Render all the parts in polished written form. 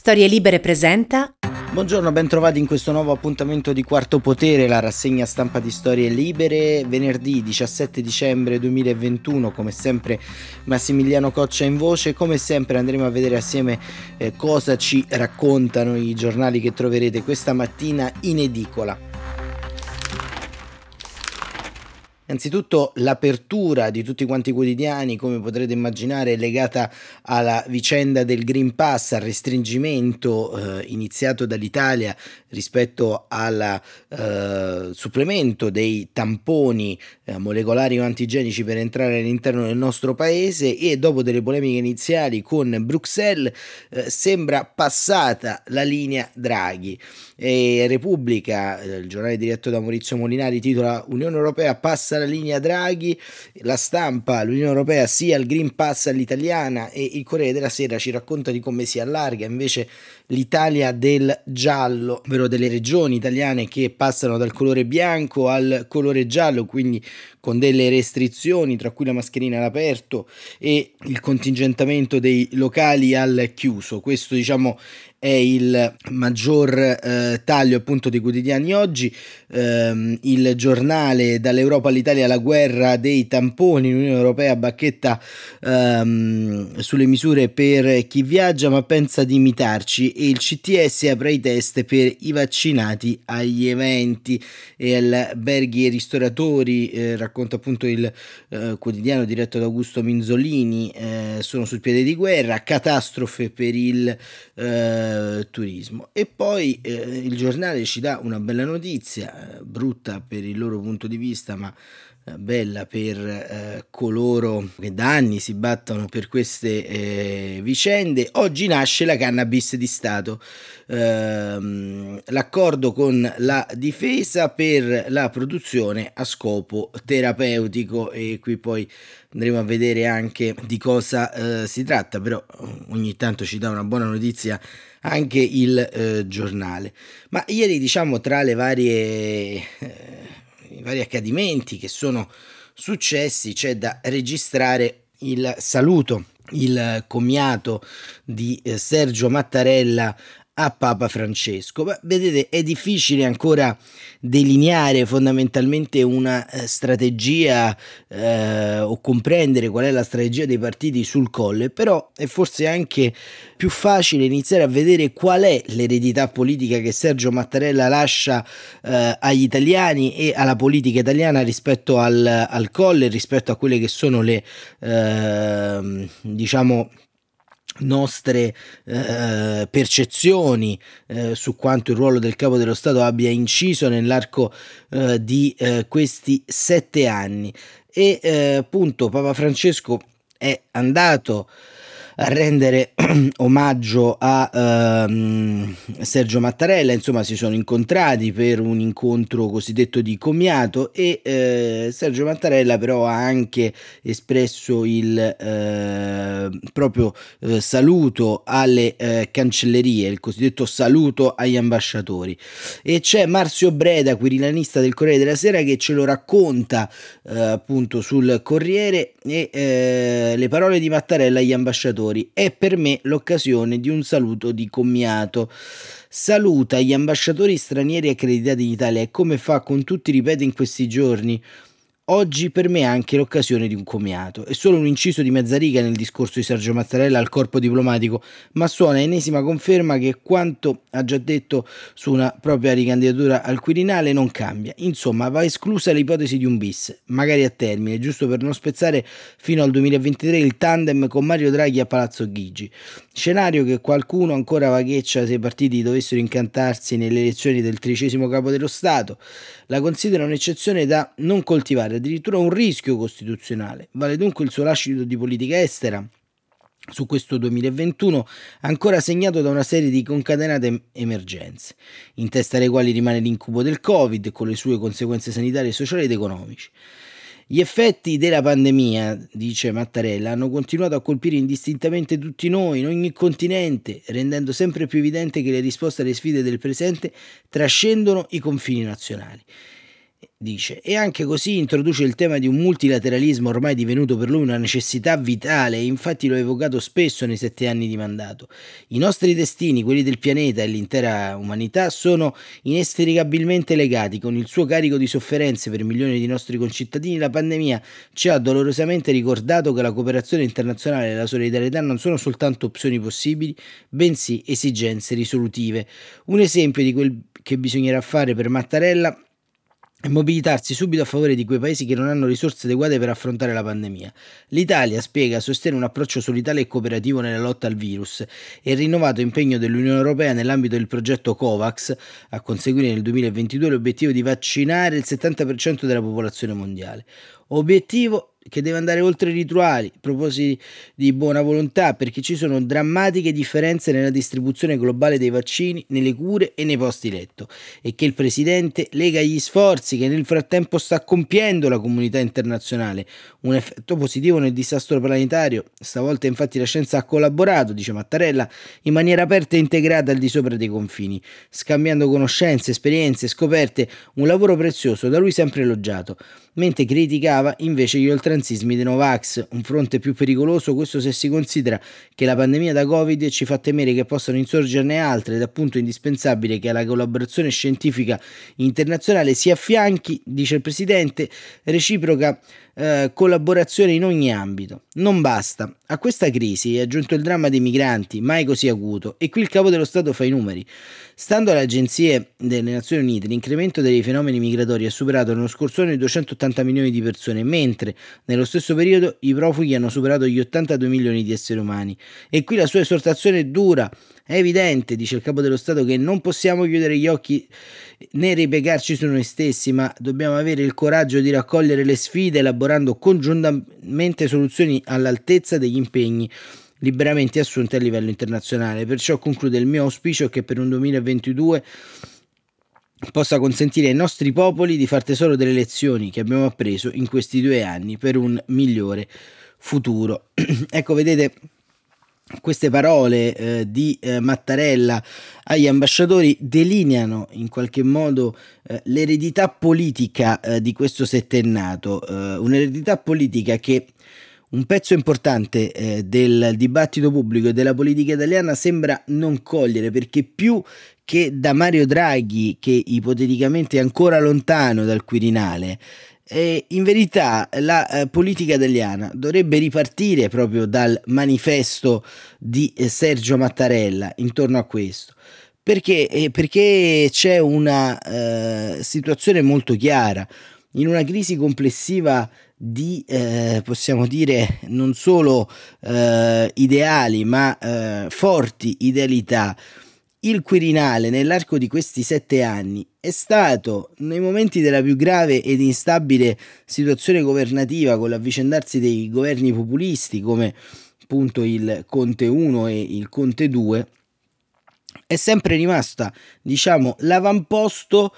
Storie Libere presenta. Buongiorno, ben trovati in questo nuovo appuntamento di Quarto Potere, la rassegna stampa di Storie Libere, venerdì 17 dicembre 2021, come sempre Massimiliano Coccia in voce, come sempre andremo a vedere assieme cosa ci raccontano i giornali che troverete questa mattina in edicola. Innanzitutto l'apertura di tutti quanti i quotidiani, come potrete immaginare, è legata alla vicenda del Green Pass, al restringimento iniziato dall'Italia rispetto al supplemento dei tamponi molecolari o antigenici per entrare all'interno del nostro paese, e dopo delle polemiche iniziali con Bruxelles sembra passata la linea Draghi. Repubblica, il giornale diretto da Maurizio Molinari, titola "Unione Europea passa la linea Draghi", La Stampa, l'Unione Europea sia il Green Pass all'italiana, e il Corriere della Sera ci racconta di come si allarga invece l'Italia del giallo, ovvero delle regioni italiane che passano dal colore bianco al colore giallo, quindi con delle restrizioni, tra cui la mascherina all'aperto e il contingentamento dei locali al chiuso. Questo, diciamo, è il maggior taglio appunto dei quotidiani oggi. Il giornale "Dall'Europa all'Italia, la guerra dei tamponi, l'Unione Europea bacchetta sulle misure per chi viaggia ma pensa di imitarci, e il CTS apre i test per i vaccinati agli eventi e alberghi e ristoratori. Racconta appunto il quotidiano diretto da Augusto Minzolini, sono sul piede di guerra, catastrofe per il turismo. E poi il giornale ci dà una bella notizia, brutta per il loro punto di vista, ma bella per coloro che da anni si battono per queste vicende. Oggi nasce la cannabis di Stato, l'accordo con la difesa per la produzione a scopo terapeutico, e qui poi andremo a vedere anche di cosa si tratta, però ogni tanto ci dà una buona notizia anche il giornale. Ma ieri, diciamo, tra le i vari accadimenti che sono successi, c'è da registrare il saluto, il commiato di Sergio Mattarella a Papa Francesco. Ma vedete, è difficile ancora delineare fondamentalmente una strategia o comprendere qual è la strategia dei partiti sul Colle, però è forse anche più facile iniziare a vedere qual è l'eredità politica che Sergio Mattarella lascia agli italiani e alla politica italiana rispetto al Colle, rispetto a quelle che sono le diciamo nostre percezioni su quanto il ruolo del capo dello Stato abbia inciso nell'arco di questi 7 anni. E appunto Papa Francesco è andato a rendere omaggio a Sergio Mattarella, insomma si sono incontrati per un incontro cosiddetto di commiato, e Sergio Mattarella però ha anche espresso il proprio saluto alle cancellerie, il cosiddetto saluto agli ambasciatori. E c'è Marzio Breda, quirilanista del Corriere della Sera, che ce lo racconta appunto sul Corriere, e le parole di Mattarella agli ambasciatori: "È per me l'occasione di un saluto di commiato. Saluta gli ambasciatori stranieri accreditati in Italia, e come fa con tutti ripete in questi giorni. Oggi per me è anche l'occasione di un commiato". È solo un inciso di mezza riga nel discorso di Sergio Mattarella al corpo diplomatico, ma suona ennesima conferma che quanto ha già detto su una propria ricandidatura al Quirinale non cambia. Insomma, va esclusa l'ipotesi di un bis, magari a termine, giusto per non spezzare fino al 2023 il tandem con Mario Draghi a Palazzo Chigi. Scenario che qualcuno ancora vagheggia se i partiti dovessero incantarsi nelle elezioni del 13° capo dello Stato. La considera un'eccezione da non coltivare, addirittura un rischio costituzionale. Vale dunque il suo lascito di politica estera su questo 2021 ancora segnato da una serie di concatenate emergenze, in testa alle quali rimane l'incubo del Covid con le sue conseguenze sanitarie, sociali ed economici. Gli effetti della pandemia, dice Mattarella, hanno continuato a colpire indistintamente tutti noi, in ogni continente, rendendo sempre più evidente che le risposte alle sfide del presente trascendono i confini nazionali. dice, e anche così introduce il tema di un multilateralismo ormai divenuto per lui una necessità vitale, e infatti lo ha evocato spesso nei 7 anni di mandato. I nostri destini, quelli del pianeta e l'intera umanità, sono inestricabilmente legati. Con il suo carico di sofferenze per milioni di nostri concittadini, la pandemia ci ha dolorosamente ricordato che la cooperazione internazionale e la solidarietà non sono soltanto opzioni possibili, bensì esigenze risolutive. Un esempio di quel che bisognerà fare per Mattarella e mobilitarsi subito a favore di quei paesi che non hanno risorse adeguate per affrontare la pandemia. L'Italia, spiega, sostiene un approccio solidale e cooperativo nella lotta al virus e il rinnovato impegno dell'Unione Europea nell'ambito del progetto COVAX a conseguire nel 2022 l'obiettivo di vaccinare il 70% della popolazione mondiale. Obiettivo che deve andare oltre i rituali, propositi di buona volontà, perché ci sono drammatiche differenze nella distribuzione globale dei vaccini, nelle cure e nei posti letto, e che il Presidente lega agli sforzi che nel frattempo sta compiendo la comunità internazionale. Un effetto positivo nel disastro planetario. Stavolta infatti la scienza ha collaborato, dice Mattarella, in maniera aperta e integrata al di sopra dei confini, scambiando conoscenze, esperienze, scoperte, un lavoro prezioso da lui sempre elogiato, mentre criticava invece gli oltranzismi dei Novax, un fronte più pericoloso, questo se si considera che la pandemia da Covid ci fa temere che possano insorgerne altre, ed è appunto indispensabile che alla collaborazione scientifica internazionale si affianchi, dice il Presidente, reciproca collaborazione in ogni ambito. Non basta. A questa crisi è aggiunto il dramma dei migranti, mai così acuto, e qui il Capo dello Stato fa i numeri. Stando alle agenzie delle Nazioni Unite, l'incremento dei fenomeni migratori ha superato nello scorso anno i 280 milioni di persone, mentre nello stesso periodo i profughi hanno superato gli 82 milioni di esseri umani. E qui la sua esortazione è dura. È evidente, dice il Capo dello Stato, che non possiamo chiudere gli occhi né ripiegarci su noi stessi, ma dobbiamo avere il coraggio di raccogliere le sfide elaborando congiuntamente soluzioni all'altezza degli impegni liberamente assunti a livello internazionale. Perciò conclude: il mio auspicio è che per un 2022 possa consentire ai nostri popoli di far tesoro delle lezioni che abbiamo appreso in questi 2 anni per un migliore futuro. Ecco, vedete, queste parole di Mattarella agli ambasciatori delineano in qualche modo l'eredità politica di questo settennato, un'eredità politica che un pezzo importante del dibattito pubblico e della politica italiana sembra non cogliere, perché più che da Mario Draghi, che ipoteticamente è ancora lontano dal Quirinale, in verità la politica italiana dovrebbe ripartire proprio dal manifesto di Sergio Mattarella intorno a questo. Perché c'è una situazione molto chiara. In una crisi complessiva di, possiamo dire, non solo ideali, ma forti idealità, il Quirinale nell'arco di questi 7 anni è stato, nei momenti della più grave ed instabile situazione governativa, con l'avvicendarsi dei governi populisti come appunto il Conte 1 e il Conte 2, è sempre rimasta, diciamo, l'avamposto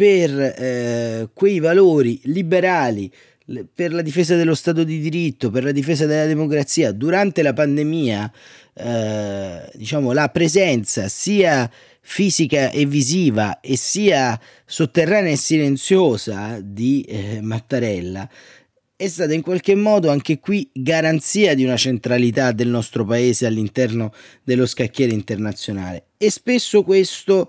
per quei valori liberali, per la difesa dello Stato di diritto, per la difesa della democrazia. Durante la pandemia, diciamo, la presenza sia fisica e visiva e sia sotterranea e silenziosa di Mattarella è stata in qualche modo anche qui garanzia di una centralità del nostro paese all'interno dello scacchiere internazionale, e spesso questo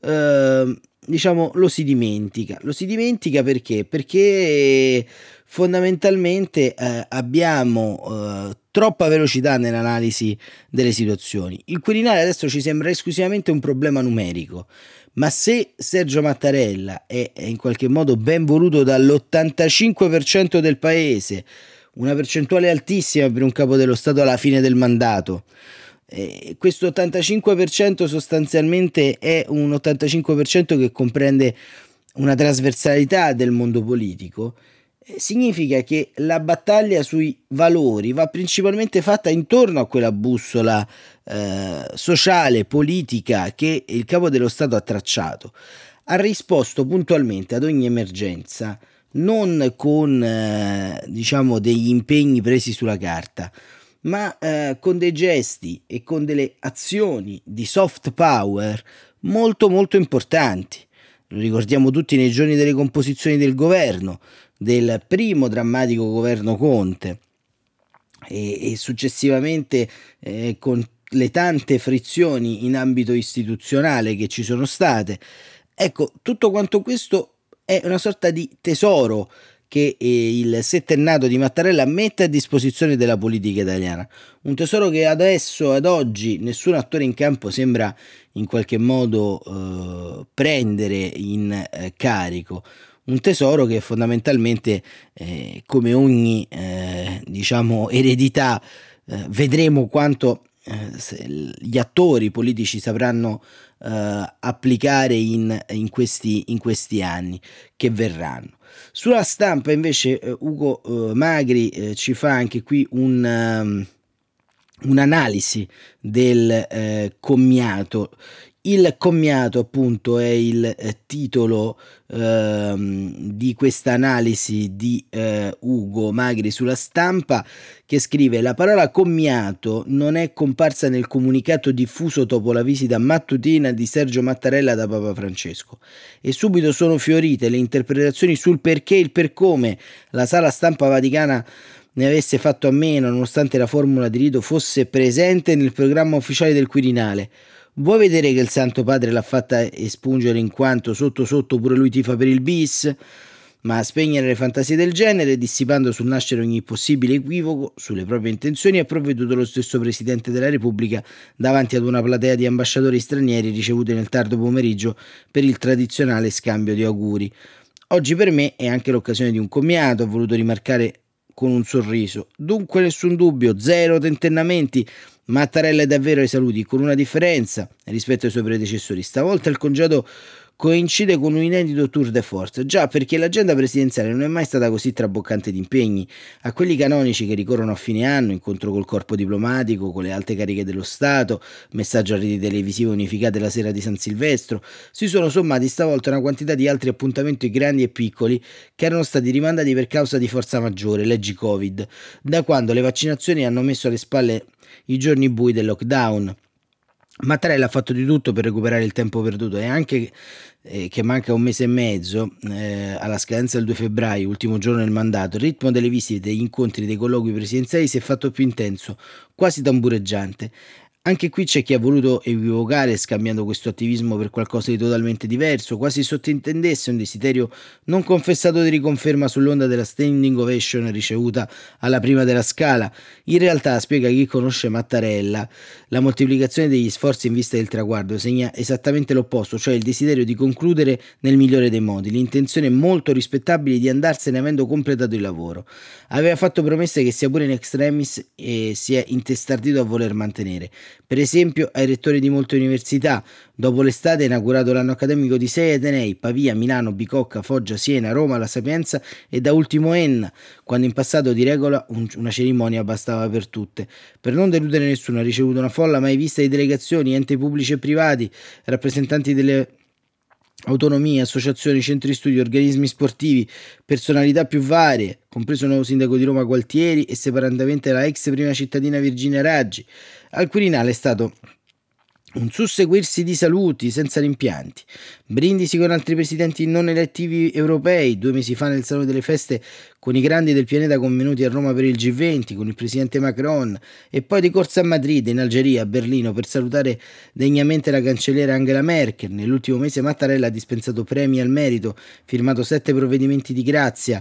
diciamo lo si dimentica perché fondamentalmente abbiamo troppa velocità nell'analisi delle situazioni. Il Quirinale adesso ci sembra esclusivamente un problema numerico, ma se Sergio Mattarella è in qualche modo ben voluto dall'85% del paese, una percentuale altissima per un capo dello Stato alla fine del mandato, questo 85% sostanzialmente è un 85% che comprende una trasversalità del mondo politico, significa che la battaglia sui valori va principalmente fatta intorno a quella bussola sociale, politica che il capo dello Stato ha tracciato. Ha risposto puntualmente ad ogni emergenza, non con diciamo degli impegni presi sulla carta, ma con dei gesti e con delle azioni di soft power molto molto importanti. lo ricordiamo tutti nei giorni delle composizioni del governo, del primo drammatico governo Conte e successivamente con le tante frizioni in ambito istituzionale che ci sono state. Ecco, tutto quanto questo è una sorta di tesoro che il settennato di Mattarella mette a disposizione della politica italiana. Un tesoro che adesso, ad oggi, nessun attore in campo sembra in qualche modo prendere in carico. Un tesoro che fondamentalmente, come ogni diciamo eredità, vedremo quanto gli attori politici sapranno applicare in questi anni che verranno. Sulla stampa invece Ugo Magri ci fa anche qui un'analisi del commiato. Il commiato appunto è il titolo di questa analisi di Ugo Magri sulla stampa, che scrive: la parola commiato non è comparsa nel comunicato diffuso dopo la visita mattutina di Sergio Mattarella da Papa Francesco e subito sono fiorite le interpretazioni sul perché e il per come la sala stampa vaticana ne avesse fatto a meno nonostante la formula di rito fosse presente nel programma ufficiale del Quirinale. Vuoi vedere che il Santo Padre l'ha fatta espungere in quanto sotto sotto pure lui tifa per il bis? Ma a spegnere le fantasie del genere, dissipando sul nascere ogni possibile equivoco sulle proprie intenzioni, ha provveduto lo stesso Presidente della Repubblica davanti ad una platea di ambasciatori stranieri ricevuti nel tardo pomeriggio per il tradizionale scambio di auguri. Oggi per me è anche l'occasione di un commiato, ho voluto rimarcare con un sorriso. Dunque nessun dubbio, zero tentennamenti. Mattarella è davvero ai saluti, con una differenza rispetto ai suoi predecessori. Stavolta il congedo coincide con un inedito tour de force, già perché l'agenda presidenziale non è mai stata così traboccante di impegni. A quelli canonici che ricorrono a fine anno, incontro col corpo diplomatico, con le alte cariche dello Stato, messaggio a reti televisive unificate la sera di San Silvestro, si sono sommati stavolta una quantità di altri appuntamenti grandi e piccoli che erano stati rimandati per causa di forza maggiore, leggi Covid, da quando le vaccinazioni hanno messo alle spalle i giorni bui del lockdown. Mattarella ha fatto di tutto per recuperare il tempo perduto e anche che manca un mese e mezzo alla scadenza del 2 febbraio, ultimo giorno del mandato, il ritmo delle visite, degli incontri, dei colloqui presidenziali si è fatto più intenso, quasi tambureggiante. Anche qui c'è chi ha voluto equivocare scambiando questo attivismo per qualcosa di totalmente diverso, quasi sottintendesse un desiderio non confessato di riconferma sull'onda della standing ovation ricevuta alla prima della Scala. In realtà, spiega chi conosce Mattarella, la moltiplicazione degli sforzi in vista del traguardo segna esattamente l'opposto, cioè il desiderio di concludere nel migliore dei modi, l'intenzione molto rispettabile di andarsene avendo completato il lavoro. Aveva fatto promesse che sia pure in extremis si è intestardito a voler mantenere. Per esempio ai rettori di molte università, dopo l'estate ha inaugurato l'anno accademico di 6 atenei, Pavia, Milano, Bicocca, Foggia, Siena, Roma, La Sapienza e da ultimo Enna, quando in passato di regola una cerimonia bastava per tutte. Per non deludere nessuno ha ricevuto una folla mai vista di delegazioni, enti pubblici e privati, rappresentanti delle autonomie, associazioni, centri studi, organismi sportivi, personalità più varie, compreso il nuovo sindaco di Roma Gualtieri e separatamente la ex prima cittadina Virginia Raggi. Al Quirinale è stato un susseguirsi di saluti senza rimpianti, brindisi con altri presidenti non elettivi europei, 2 mesi fa nel Salone delle Feste con i grandi del pianeta convenuti a Roma per il G20, con il presidente Macron, e poi di corsa a Madrid, in Algeria, a Berlino, per salutare degnamente la cancelliera Angela Merkel. Nell'ultimo mese Mattarella ha dispensato premi al merito, firmato 7 provvedimenti di grazia,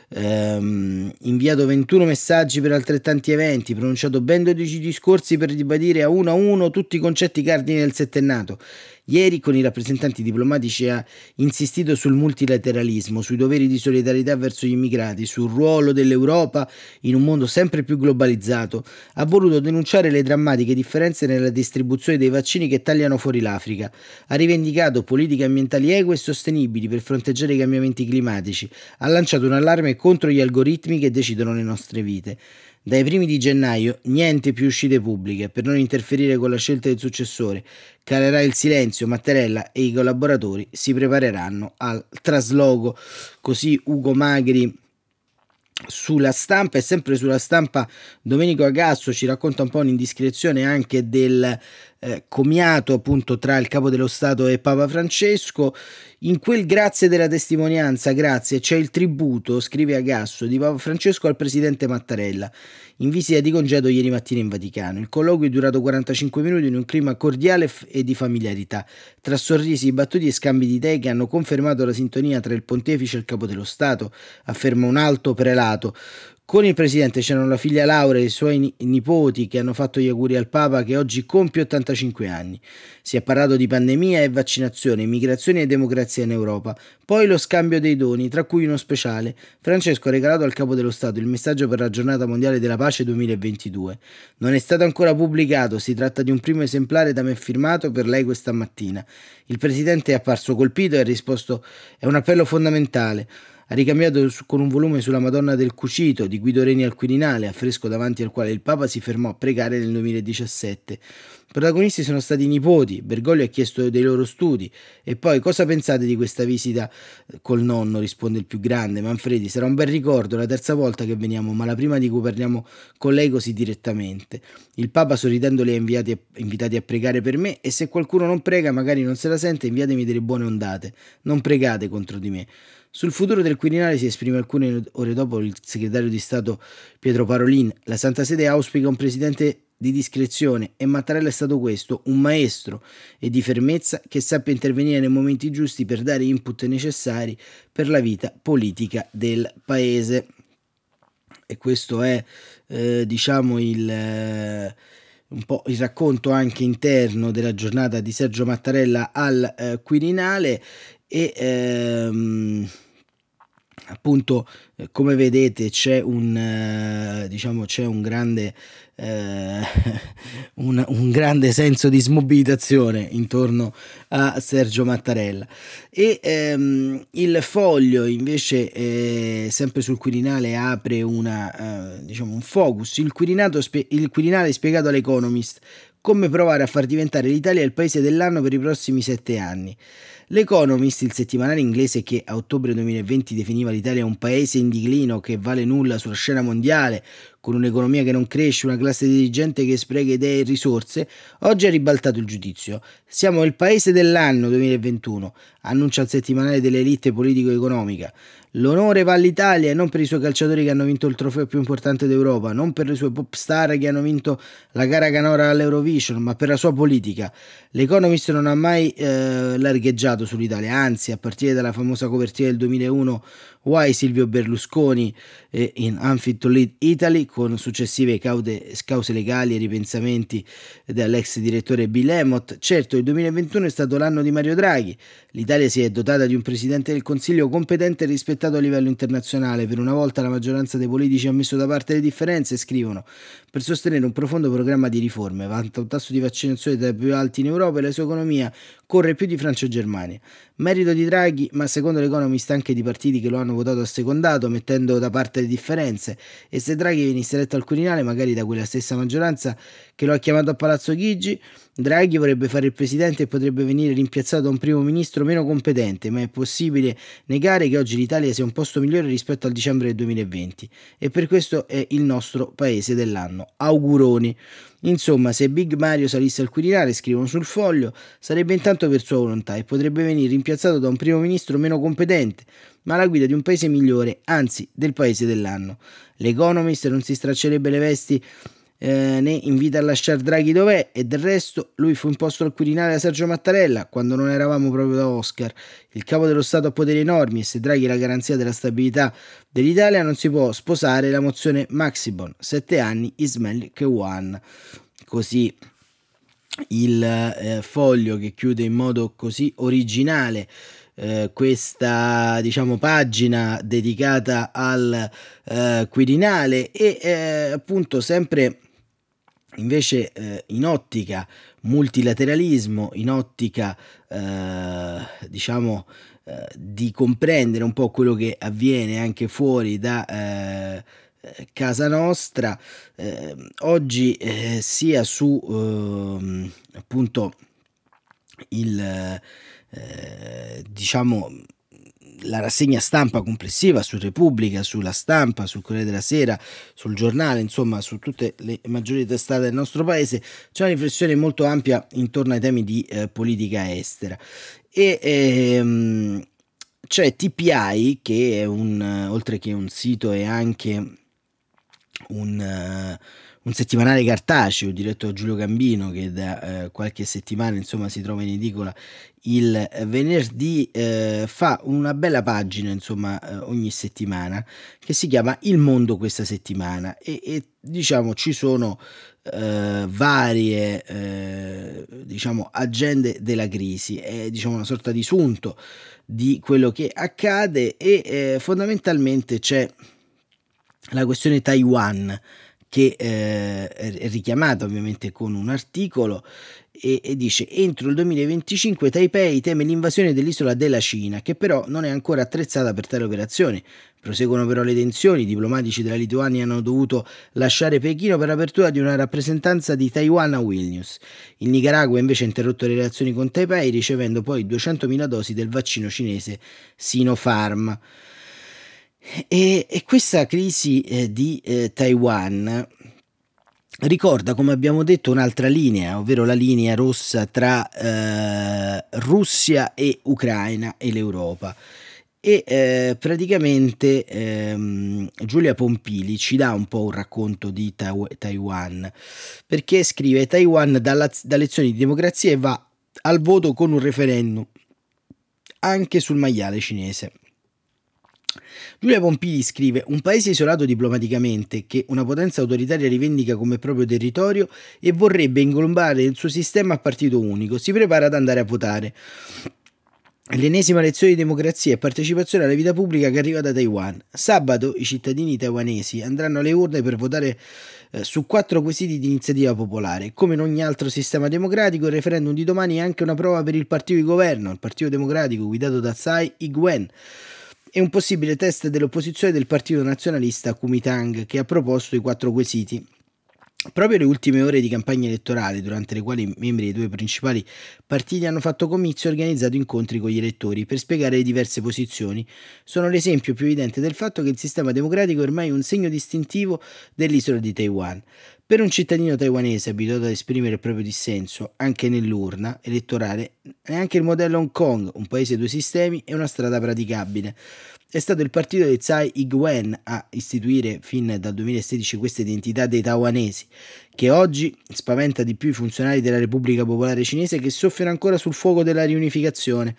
inviato 21 messaggi per altrettanti eventi, pronunciato ben 12 discorsi per ribadire a uno tutti i concetti cardini del settennato. Ieri con i rappresentanti diplomatici ha insistito sul multilateralismo, sui doveri di solidarietà verso gli immigrati, sul ruolo dell'Europa in un mondo sempre più globalizzato. Ha voluto denunciare le drammatiche differenze nella distribuzione dei vaccini che tagliano fuori l'Africa. Ha rivendicato politiche ambientali eque e sostenibili per fronteggiare i cambiamenti climatici. Ha lanciato un allarme contro gli algoritmi che decidono le nostre vite. Dai primi di gennaio niente più uscite pubbliche per non interferire con la scelta del successore. Calerà il silenzio, Mattarella e i collaboratori si prepareranno al trasloco. Così Ugo Magri sulla stampa. E sempre sulla stampa Domenico Agasso ci racconta un po' un'indiscrezione anche del commiato appunto tra il Capo dello Stato e Papa Francesco. In quel grazie della testimonianza, grazie, c'è il tributo, scrive Agasso, di Papa Francesco al presidente Mattarella, in visita di congedo ieri mattina in Vaticano. Il colloquio è durato 45 minuti in un clima cordiale e di familiarità, tra sorrisi, battuti e scambi di idee che hanno confermato la sintonia tra il pontefice e il Capo dello Stato, afferma un alto prelato. Con il presidente c'erano la figlia Laura e i suoi nipoti che hanno fatto gli auguri al Papa che oggi compie 85 anni. Si è parlato di pandemia e vaccinazione, migrazioni e democrazia in Europa. Poi lo scambio dei doni, tra cui uno speciale. Francesco ha regalato al Capo dello Stato il messaggio per la Giornata Mondiale della Pace 2022. Non è stato ancora pubblicato, si tratta di un primo esemplare da me firmato per lei questa mattina. Il presidente è apparso colpito e ha risposto: è un appello fondamentale. Ha ricambiato con un volume sulla Madonna del Cucito di Guido Reni al Quirinale, affresco davanti al quale il Papa si fermò a pregare nel 2017. Protagonisti sono stati i nipoti, Bergoglio ha chiesto dei loro studi. E poi, cosa pensate di questa visita col nonno? Risponde il più grande, Manfredi. Sarà un bel ricordo, la terza volta che veniamo, ma la prima di cui parliamo con lei così direttamente. Il Papa sorridendo li ha invitati a pregare per me, e se qualcuno non prega, magari non se la sente, inviatemi delle buone ondate. Non pregate contro di me. Sul futuro del Quirinale si esprime alcune ore dopo il segretario di Stato Pietro Parolin. La Santa Sede auspica un presidente di discrezione e Mattarella è stato questo, un maestro e di fermezza che sappia intervenire nei momenti giusti per dare input necessari per la vita politica del paese. E questo è diciamo un po' il racconto anche interno della giornata di Sergio Mattarella al Quirinale. E appunto, come vedete c'è c'è un grande un grande senso di smobilitazione intorno a Sergio Mattarella. E il Foglio invece sempre sul Quirinale apre un focus. Il Quirinale spiegato all'Economist: come provare a far diventare l'Italia il paese dell'anno per i prossimi 7 anni. L'Economist, il settimanale inglese che a ottobre 2020 definiva l'Italia un paese in declino che vale nulla sulla scena mondiale, con un'economia che non cresce, una classe dirigente che spreca idee e risorse, oggi ha ribaltato il giudizio. Siamo il paese dell'anno 2021, annuncia il settimanale dell'elite politico-economica. L'onore va all'Italia e non per i suoi calciatori che hanno vinto il trofeo più importante d'Europa, non per le sue pop star che hanno vinto la gara canora all'Eurovision, ma per la sua politica. L'Economist non ha mai largheggiato sull'Italia, anzi, a partire dalla famosa copertina del 2001 Why Silvio Berlusconi in Unfit to Lead Italy, con successive cause legali e ripensamenti dell'ex direttore Bill Emott. Certo, il 2021 è stato l'anno di Mario Draghi. L'Italia si è dotata di un presidente del Consiglio competente e rispettato a livello internazionale. Per una volta la maggioranza dei politici ha messo da parte le differenze, scrivono, per sostenere un profondo programma di riforme. Vanta un tasso di vaccinazione tra i più alti in Europa e la sua economia corre più di Francia e Germania. Merito di Draghi, ma secondo l'Economist anche di partiti che lo hanno votato assecondato, mettendo da parte le differenze. E se Draghi venisse eletto al Quirinale, magari da quella stessa maggioranza che lo ha chiamato a Palazzo Chigi, Draghi vorrebbe fare il presidente e potrebbe venire rimpiazzato da un primo ministro meno competente, ma è possibile negare che oggi l'Italia sia un posto migliore rispetto al dicembre del 2020, e per questo è il nostro paese dell'anno. Auguroni. Insomma, se Big Mario salisse al Quirinale, scrivono sul Foglio, sarebbe intanto per sua volontà e potrebbe venire rimpiazzato da un primo ministro meno competente, ma alla guida di un paese migliore, anzi del paese dell'anno. L'Economist non si straccerebbe le vesti né invita a lasciare Draghi dov'è, e del resto lui fu imposto al Quirinale da Sergio Mattarella quando non eravamo proprio da Oscar. Il capo dello Stato ha poteri enormi e se Draghi è la garanzia della stabilità dell'Italia non si può sposare la mozione Maxibon. 7 anni is meglio che one. Così il Foglio, che chiude in modo così originale questa pagina dedicata al Quirinale. E appunto sempre invece in ottica multilateralismo, in ottica di comprendere un po' quello che avviene anche fuori da casa nostra, oggi sia su appunto il la rassegna stampa complessiva su Repubblica, sulla Stampa, sul Corriere della Sera, sul Giornale, insomma su tutte le maggiori testate del nostro paese, c'è una riflessione molto ampia intorno ai temi di politica estera. E c'è TPI, che è oltre che un sito, è anche un settimanale cartaceo diretto da Giulio Gambino, che da qualche settimana insomma si trova in edicola il venerdì, fa una bella pagina insomma ogni settimana, che si chiama Il Mondo questa settimana, e diciamo ci sono varie diciamo agende della crisi, è diciamo una sorta di sunto di quello che accade, e fondamentalmente c'è la questione Taiwan, che è richiamata ovviamente con un articolo, e dice: entro il 2025 Taipei teme l'invasione dell'isola della Cina, che però non è ancora attrezzata per tale operazione. Proseguono però le tensioni, i diplomatici della Lituania hanno dovuto lasciare Pechino per l'apertura di una rappresentanza di Taiwan a Vilnius. Il Nicaragua invece ha interrotto le relazioni con Taipei, ricevendo poi 200.000 dosi del vaccino cinese Sinopharm. E questa crisi di Taiwan ricorda, come abbiamo detto, un'altra linea, ovvero la linea rossa tra Russia e Ucraina e l'Europa. E praticamente Giulia Pompili ci dà un po' un racconto di Taiwan, perché scrive: Taiwan dà lezioni di democrazia e va al voto con un referendum anche sul maiale cinese. Giulia Pompili scrive: un paese isolato diplomaticamente, che una potenza autoritaria rivendica come proprio territorio e vorrebbe inglobare il suo sistema a partito unico, si prepara ad andare a votare. L'ennesima lezione di democrazia e partecipazione alla vita pubblica che arriva da Taiwan. Sabato i cittadini taiwanesi andranno alle urne per votare su 4 quesiti di iniziativa popolare. Come in ogni altro sistema democratico, il referendum di domani è anche una prova per il partito di governo, il Partito Democratico guidato da Tsai Ing-wen, e un possibile test dell'opposizione del partito nazionalista Kuomintang, che ha proposto i 4 quesiti. Proprio le ultime ore di campagna elettorale, durante le quali i membri dei 2 principali partiti hanno fatto comizi e organizzato incontri con gli elettori per spiegare le diverse posizioni, sono l'esempio più evidente del fatto che il sistema democratico è ormai un segno distintivo dell'isola di Taiwan. Per un cittadino taiwanese abituato ad esprimere il proprio dissenso anche nell'urna elettorale, neanche il modello Hong Kong, un paese a 2 sistemi, è una strada praticabile. È stato il partito di Tsai Ing-wen a istituire fin dal 2016 questa identità dei taiwanesi, che oggi spaventa di più i funzionari della Repubblica Popolare Cinese, che soffiano ancora sul fuoco della riunificazione.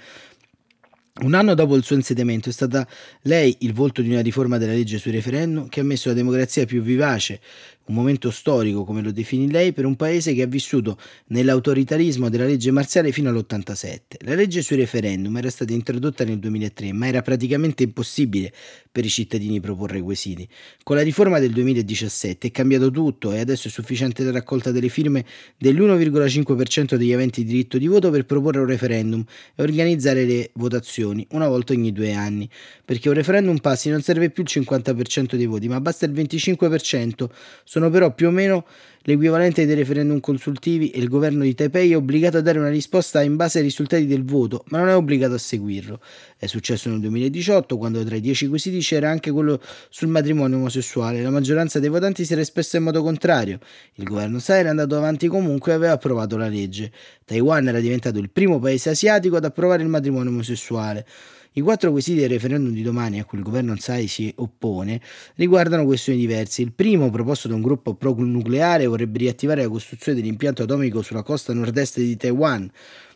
Un anno dopo il suo insediamento è stata lei il volto di una riforma della legge sui referendum che ha messo la democrazia più vivace, un momento storico, come lo definì lei, per un paese che ha vissuto nell'autoritarismo della legge marziale fino all'87. La legge sui referendum era stata introdotta nel 2003, ma era praticamente impossibile per i cittadini proporre quesiti. Con la riforma del 2017 è cambiato tutto e adesso è sufficiente la raccolta delle firme dell'1,5% degli aventi diritto di voto per proporre un referendum e organizzare le votazioni una volta ogni 2 anni. Perché un referendum passi non serve più il 50% dei voti, ma basta il 25%. Sono però più o meno l'equivalente dei referendum consultivi, e il governo di Taipei è obbligato a dare una risposta in base ai risultati del voto, ma non è obbligato a seguirlo. È successo nel 2018, quando tra i 10 quesiti c'era anche quello sul matrimonio omosessuale. La maggioranza dei votanti si era espressa in modo contrario. Il governo Tsai era andato avanti comunque e aveva approvato la legge. Taiwan era diventato il primo paese asiatico ad approvare il matrimonio omosessuale. I 4 quesiti del referendum di domani, a cui il governo Tsai si oppone, riguardano questioni diverse. Il primo, proposto da un gruppo pro-nucleare, vorrebbe riattivare la costruzione dell'impianto atomico sulla costa nord-est di Taiwan.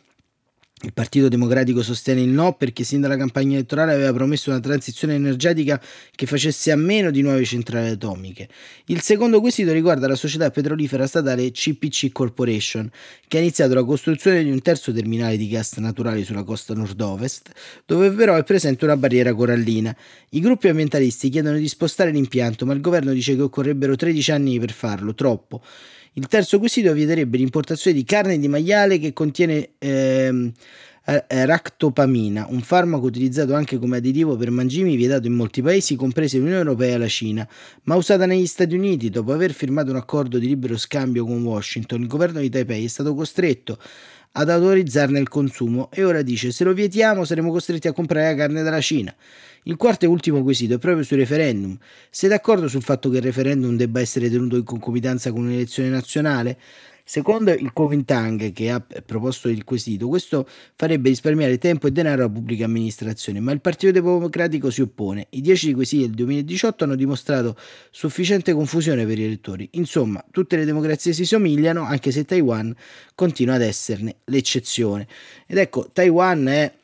Il Partito Democratico sostiene il no perché sin dalla campagna elettorale aveva promesso una transizione energetica che facesse a meno di nuove centrali atomiche. Il secondo quesito riguarda la società petrolifera statale CPC Corporation, che ha iniziato la costruzione di un terzo terminale di gas naturale sulla costa nord-ovest, dove però è presente una barriera corallina. I gruppi ambientalisti chiedono di spostare l'impianto, ma il governo dice che occorrebbero 13 anni per farlo, troppo. Il terzo quesito vieterebbe l'importazione di carne di maiale che contiene ractopamina, un farmaco utilizzato anche come additivo per mangimi, vietato in molti paesi, compresi l'Unione Europea e la Cina, ma usata negli Stati Uniti. Dopo aver firmato un accordo di libero scambio con Washington, il governo di Taipei è stato costretto ad autorizzarne il consumo e ora dice: se lo vietiamo saremo costretti a comprare la carne dalla Cina. Il quarto e ultimo quesito è proprio sul referendum. Sei d'accordo sul fatto che il referendum debba essere tenuto in concomitanza con un'elezione nazionale? Secondo il Kuomintang, che ha proposto il quesito, questo farebbe risparmiare tempo e denaro alla pubblica amministrazione, ma il Partito Democratico si oppone. I 10 quesiti del 2018 hanno dimostrato sufficiente confusione per gli elettori. Insomma, tutte le democrazie si somigliano, anche se Taiwan continua ad esserne l'eccezione. Ed ecco, Taiwan è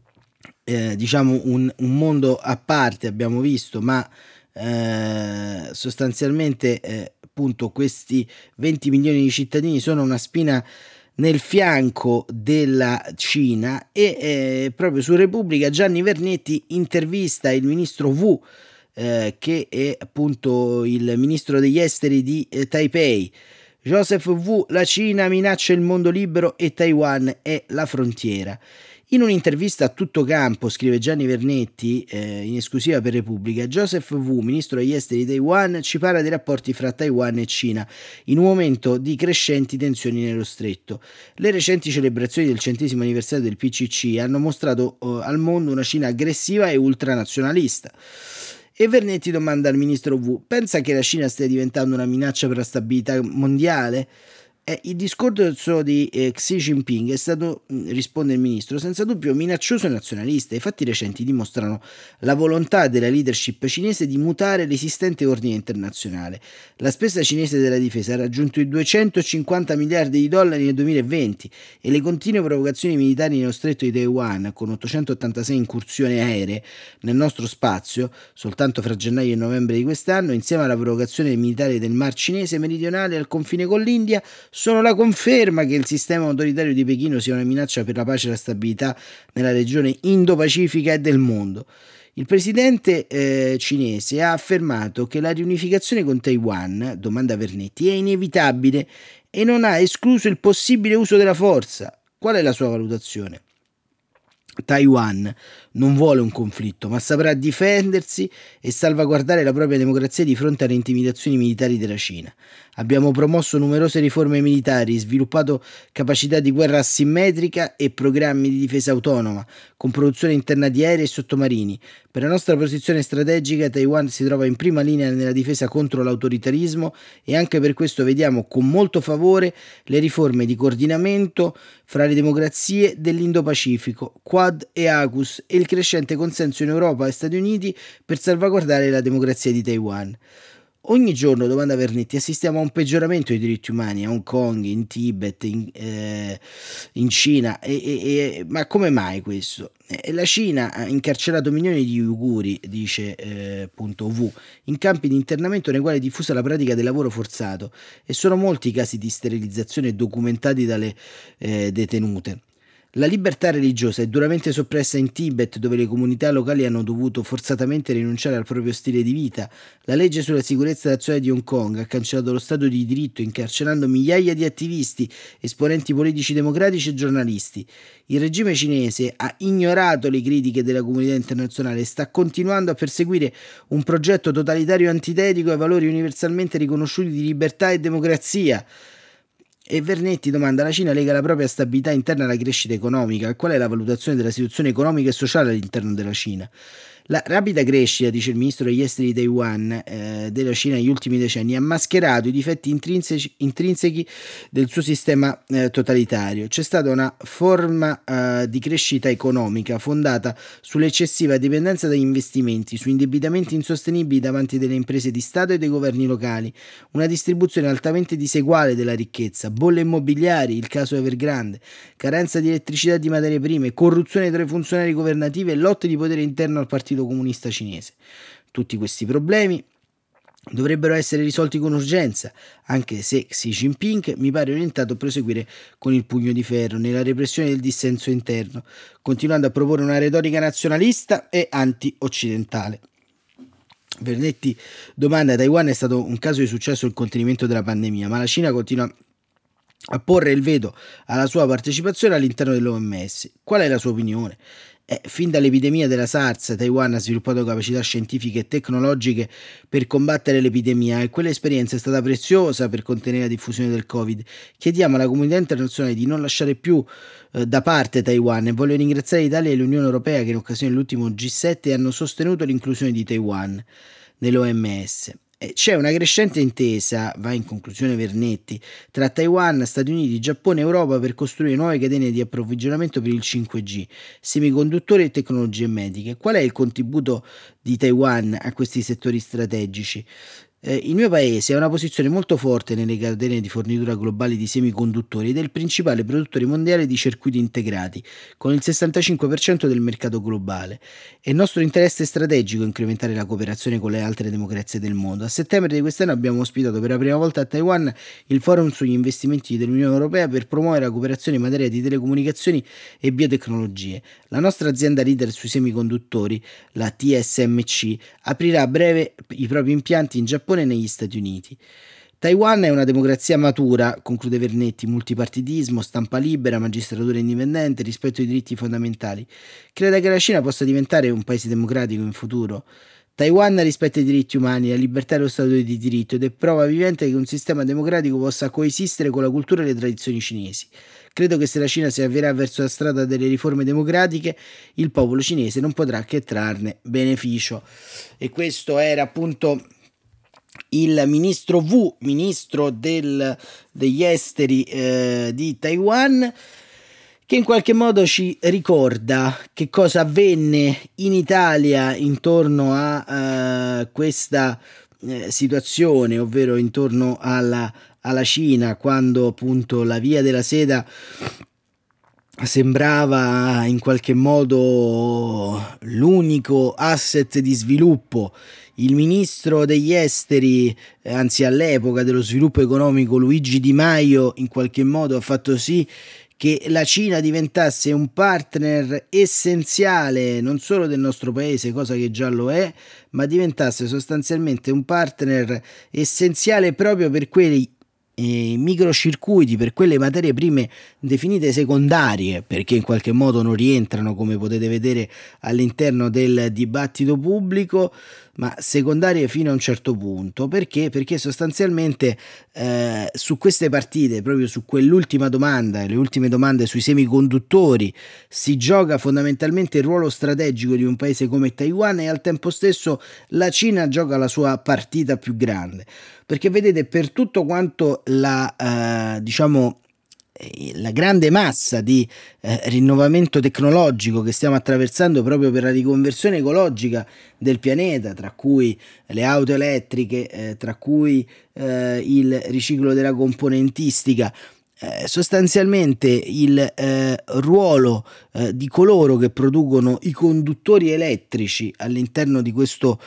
diciamo un mondo a parte, abbiamo visto, ma sostanzialmente appunto questi 20 milioni di cittadini sono una spina nel fianco della Cina e proprio su Repubblica Gianni Vernetti intervista il ministro Wu, che è appunto il ministro degli esteri di Taipei. Joseph Wu: la Cina minaccia il mondo libero e Taiwan è la frontiera. In un'intervista a tutto campo, scrive Gianni Vernetti, in esclusiva per Repubblica, Joseph Wu, ministro degli esteri di Taiwan, ci parla dei rapporti fra Taiwan e Cina in un momento di crescenti tensioni nello stretto. Le recenti celebrazioni del 100° anniversario del PCC hanno mostrato al mondo una Cina aggressiva e ultranazionalista. E Vernetti domanda al ministro Wu: pensa che la Cina stia diventando una minaccia per la stabilità mondiale? Il discorso di Xi Jinping è stato, risponde il ministro, senza dubbio minaccioso e nazionalista. I fatti recenti dimostrano la volontà della leadership cinese di mutare l'esistente ordine internazionale. La spesa cinese della difesa ha raggiunto i 250 miliardi di dollari nel 2020 e le continue provocazioni militari nello stretto di Taiwan, con 886 incursioni aeree nel nostro spazio, soltanto fra gennaio e novembre di quest'anno, insieme alla provocazione militare del Mar Cinese meridionale al confine con l'India, sono la conferma che il sistema autoritario di Pechino sia una minaccia per la pace e la stabilità nella regione Indo-Pacifica e del mondo. Il presidente cinese ha affermato che la riunificazione con Taiwan, domanda Vernetti, è inevitabile e non ha escluso il possibile uso della forza. Qual è la sua valutazione? Taiwan non vuole un conflitto, ma saprà difendersi e salvaguardare la propria democrazia di fronte alle intimidazioni militari della Cina. Abbiamo promosso numerose riforme militari, sviluppato capacità di guerra asimmetrica e programmi di difesa autonoma, con produzione interna di aerei e sottomarini. Per la nostra posizione strategica, Taiwan si trova in prima linea nella difesa contro l'autoritarismo e anche per questo vediamo con molto favore le riforme di coordinamento fra le democrazie dell'Indo-Pacifico, Quad e AUKUS, e il crescente consenso in Europa e Stati Uniti per salvaguardare la democrazia di Taiwan. Ogni giorno, domanda Vernetti, assistiamo a un peggioramento dei diritti umani a Hong Kong, in Tibet, in Cina, ma come mai questo? La Cina ha incarcerato milioni di uiguri, dice appunto Wu, in campi di internamento nei quali è diffusa la pratica del lavoro forzato e sono molti i casi di sterilizzazione documentati dalle detenute. La libertà religiosa è duramente soppressa in Tibet, dove le comunità locali hanno dovuto forzatamente rinunciare al proprio stile di vita. La legge sulla sicurezza nazionale di Hong Kong ha cancellato lo Stato di diritto, incarcerando migliaia di attivisti, esponenti politici democratici e giornalisti. Il regime cinese ha ignorato le critiche della comunità internazionale e sta continuando a perseguire un progetto totalitario antitetico ai valori universalmente riconosciuti di libertà e democrazia. E Vernetti domanda: la Cina lega la propria stabilità interna alla crescita economica. Qual è la valutazione della situazione economica e sociale all'interno della Cina? La rapida crescita, dice il ministro degli esteri di Taiwan, della Cina negli ultimi decenni ha mascherato i difetti intrinsechi del suo sistema totalitario. C'è stata una forma di crescita economica fondata sull'eccessiva dipendenza dagli investimenti, su indebitamenti insostenibili davanti delle imprese di Stato e dei governi locali, una distribuzione altamente diseguale della ricchezza, bolle immobiliari, il caso Evergrande, carenza di elettricità e di materie prime, corruzione tra i funzionari governativi e lotte di potere interno al Partito Comunista Cinese. Tutti questi problemi dovrebbero essere risolti con urgenza, anche se Xi Jinping mi pare orientato a proseguire con il pugno di ferro nella repressione del dissenso interno, continuando a proporre una retorica nazionalista e anti-occidentale. Vernetti domanda: Taiwan è stato un caso di successo il contenimento della pandemia, ma la Cina continua a porre il veto alla sua partecipazione all'interno dell'OMS. Qual è la sua opinione? Fin dall'epidemia della SARS, Taiwan ha sviluppato capacità scientifiche e tecnologiche per combattere l'epidemia e quell'esperienza è stata preziosa per contenere la diffusione del Covid. Chiediamo alla comunità internazionale di non lasciare più da parte Taiwan e voglio ringraziare l'Italia e l'Unione Europea che in occasione dell'ultimo G7 hanno sostenuto l'inclusione di Taiwan nell'OMS. C'è una crescente intesa, va in conclusione Vernetti, tra Taiwan, Stati Uniti, Giappone e Europa per costruire nuove catene di approvvigionamento per il 5G, semiconduttori e tecnologie mediche. Qual è il contributo di Taiwan a questi settori strategici? Il mio paese ha una posizione molto forte nelle catene di fornitura globali di semiconduttori ed è il principale produttore mondiale di circuiti integrati, con il 65% del mercato globale. È nostro interesse strategico incrementare la cooperazione con le altre democrazie del mondo. A settembre di quest'anno abbiamo ospitato per la prima volta a Taiwan il forum sugli investimenti dell'Unione Europea per promuovere la cooperazione in materia di telecomunicazioni e biotecnologie. La nostra azienda leader sui semiconduttori, la TSMC, aprirà a breve i propri impianti in Giappone e negli Stati Uniti. Taiwan è una democrazia matura, conclude Vernetti, multipartitismo, stampa libera, magistratura indipendente, rispetto ai diritti fondamentali. Crede che la Cina possa diventare un paese democratico in futuro? Taiwan rispetta i diritti umani, la libertà e lo Stato di diritto ed è prova vivente che un sistema democratico possa coesistere con la cultura e le tradizioni cinesi. Credo che se la Cina si avvierà verso la strada delle riforme democratiche, il popolo cinese non potrà che trarne beneficio. E questo era appunto il ministro Wu, ministro degli esteri di Taiwan, che in qualche modo ci ricorda che cosa avvenne in Italia intorno a questa situazione, ovvero intorno alla Cina, quando appunto la via della seta sembrava in qualche modo l'unico asset di sviluppo. Il ministro degli esteri, anzi all'epoca dello sviluppo economico, Luigi Di Maio, in qualche modo ha fatto sì che la Cina diventasse un partner essenziale non solo del nostro paese, cosa che già lo è, ma diventasse sostanzialmente un partner essenziale proprio per quei microcircuiti, per quelle materie prime definite secondarie, perché in qualche modo non rientrano, come potete vedere, all'interno del dibattito pubblico, ma secondarie fino a un certo punto. Perché? Perché sostanzialmente su queste partite, proprio su quell'ultima domanda, le ultime domande sui semiconduttori, si gioca fondamentalmente il ruolo strategico di un paese come Taiwan e al tempo stesso la Cina gioca la sua partita più grande. Perché vedete, per tutto quanto la grande massa di rinnovamento tecnologico che stiamo attraversando proprio per la riconversione ecologica del pianeta, tra cui le auto elettriche, tra cui il riciclo della componentistica, sostanzialmente il ruolo di coloro che producono i conduttori elettrici all'interno di questo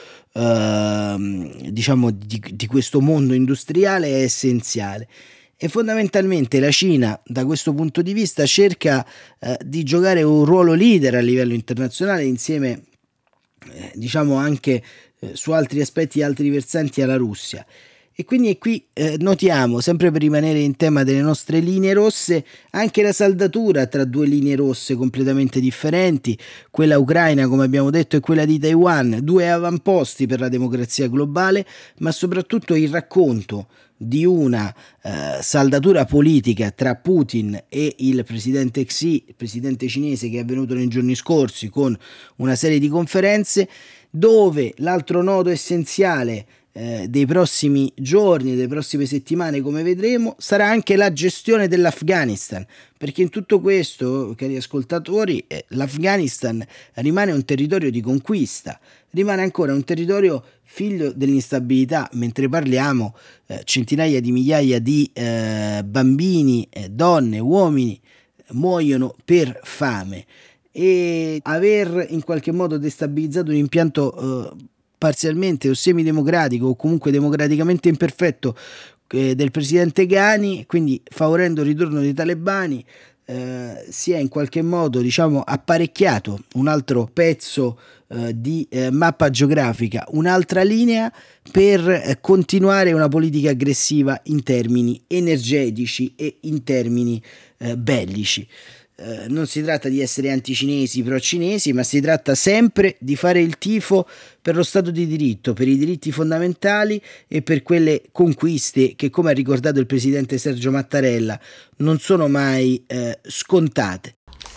di questo mondo industriale è essenziale. E fondamentalmente la Cina, da questo punto di vista, cerca di giocare un ruolo leader a livello internazionale insieme, anche su altri aspetti, altri versanti alla Russia. E quindi qui notiamo, sempre per rimanere in tema delle nostre linee rosse, anche la saldatura tra due linee rosse completamente differenti, quella ucraina come abbiamo detto e quella di Taiwan, due avamposti per la democrazia globale, ma soprattutto il racconto di una saldatura politica tra Putin e il presidente Xi, il presidente cinese, che è avvenuto nei giorni scorsi con una serie di conferenze, dove l'altro nodo essenziale dei prossimi giorni, delle prossime settimane, come vedremo, sarà anche la gestione dell'Afghanistan, perché in tutto questo, cari ascoltatori, l'Afghanistan rimane un territorio di conquista, rimane ancora un territorio figlio dell'instabilità. Mentre parliamo, centinaia di migliaia di bambini, donne, uomini muoiono per fame, e aver in qualche modo destabilizzato un impianto parzialmente o semidemocratico o comunque democraticamente imperfetto del presidente Ghani, quindi favorendo il ritorno dei talebani, si è in qualche modo, diciamo, apparecchiato un altro pezzo di mappa geografica, un'altra linea per continuare una politica aggressiva in termini energetici e in termini bellici. Non si tratta di essere anticinesi, pro-cinesi, ma si tratta sempre di fare il tifo per lo Stato di diritto, per i diritti fondamentali e per quelle conquiste che, come ha ricordato il presidente Sergio Mattarella, non sono mai scontate.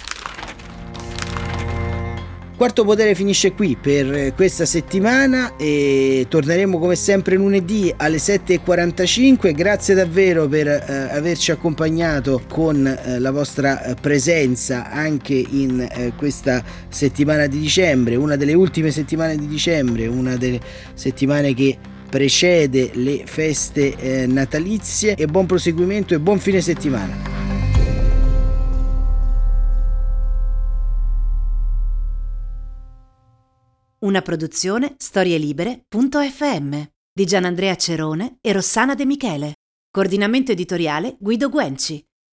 Quarto Potere finisce qui per questa settimana e torneremo come sempre lunedì alle 7:45. Grazie davvero per averci accompagnato con la vostra presenza anche in questa settimana di dicembre, una delle ultime settimane di dicembre, una delle settimane che precede le feste natalizie, e buon proseguimento e buon fine settimana. Una produzione storielibere.fm di Gianandrea Cerone e Rossana De Michele. Coordinamento editoriale Guido Guenci.